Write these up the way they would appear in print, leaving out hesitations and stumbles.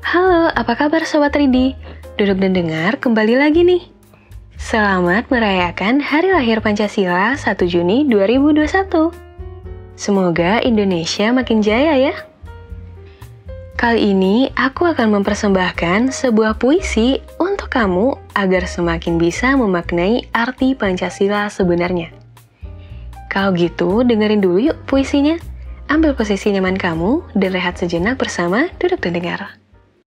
Halo, apa kabar Sobat Ridi? Duduk dan dengar kembali lagi nih. Selamat merayakan Hari Lahir Pancasila 1 Juni 2021. Semoga Indonesia makin jaya ya. Kali ini aku akan mempersembahkan sebuah puisi untuk kamu agar semakin bisa memaknai arti Pancasila sebenarnya. Kalau gitu, dengerin dulu yuk puisinya. Ambil posisi nyaman kamu dan rehat sejenak bersama Duduk dan Dengar.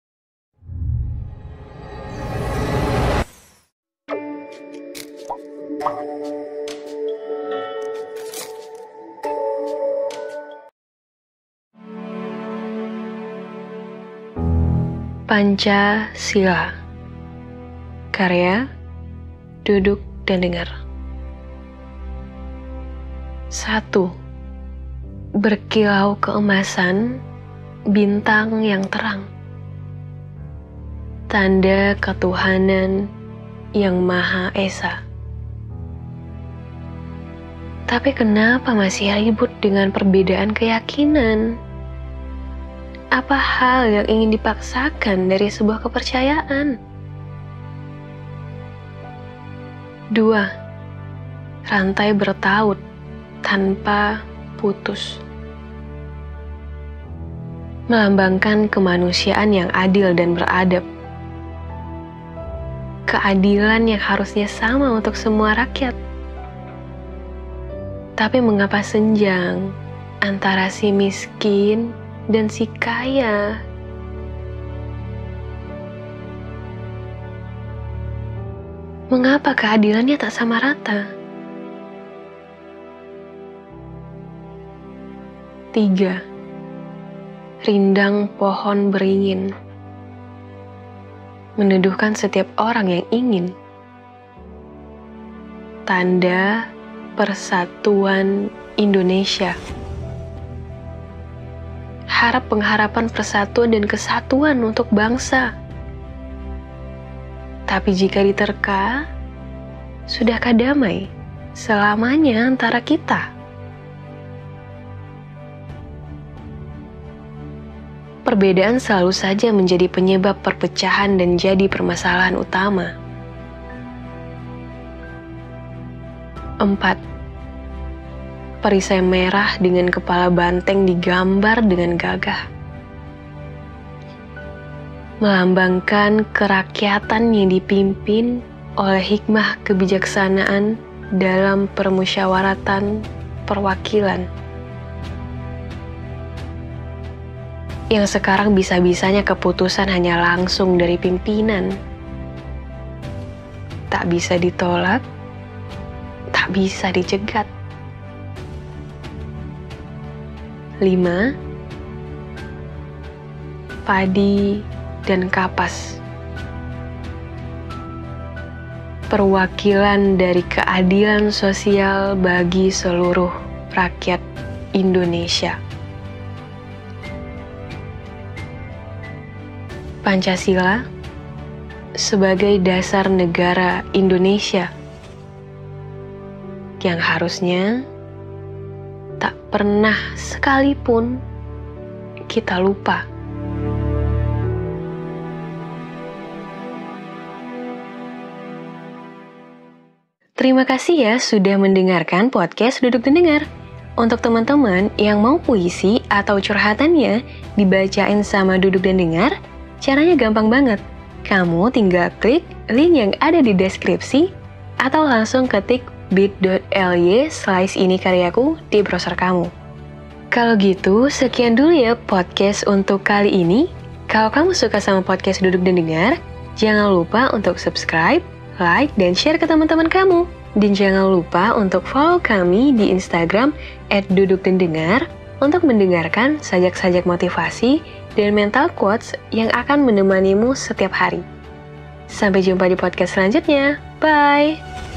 Pancasila. Karya Duduk dan Dengar. 1. Berkilau keemasan bintang yang terang, tanda ketuhanan yang Maha Esa. Tapi kenapa masih ribut dengan perbedaan keyakinan? Apa hal yang ingin dipaksakan dari sebuah kepercayaan? 2. Rantai bertaut tanpa putus, melambangkan kemanusiaan yang adil dan beradab. Keadilan yang harusnya sama untuk semua rakyat. Tapi mengapa senjang antara si miskin dan si kaya? Mengapa keadilannya tak sama rata? 3. Rindang pohon beringin, meneduhkan setiap orang yang ingin. Tanda persatuan Indonesia. Harap pengharapan persatuan dan kesatuan untuk bangsa. Tapi jika diterka, sudahkah damai selamanya antara kita? Perbedaan selalu saja menjadi penyebab perpecahan dan jadi permasalahan utama. 4. Perisai merah dengan kepala banteng digambar dengan gagah, melambangkan kerakyatan yang dipimpin oleh hikmah kebijaksanaan dalam permusyawaratan perwakilan. Yang sekarang bisa-bisanya keputusan hanya langsung dari pimpinan. Tak bisa ditolak, tak bisa dicegat. 5. Padi dan kapas, perwakilan dari keadilan sosial bagi seluruh rakyat Indonesia. Pancasila sebagai dasar negara Indonesia yang harusnya tak pernah sekalipun kita lupa. Terima kasih ya sudah mendengarkan podcast Duduk dan Dengar. Untuk teman-teman yang mau puisi atau curhatannya dibacain sama Duduk dan Dengar, caranya gampang banget. Kamu tinggal klik link yang ada di deskripsi atau langsung ketik bit.ly/ini karyaku di browser kamu. Kalau gitu, sekian dulu ya podcast untuk kali ini. Kalau kamu suka sama podcast Duduk dan Dengar, jangan lupa untuk subscribe, like, dan share ke teman-teman kamu. Dan jangan lupa untuk follow kami di Instagram @dudukdandengar untuk mendengarkan sajak-sajak motivasi dan mental quotes yang akan menemanimu setiap hari. Sampai jumpa di podcast selanjutnya. Bye!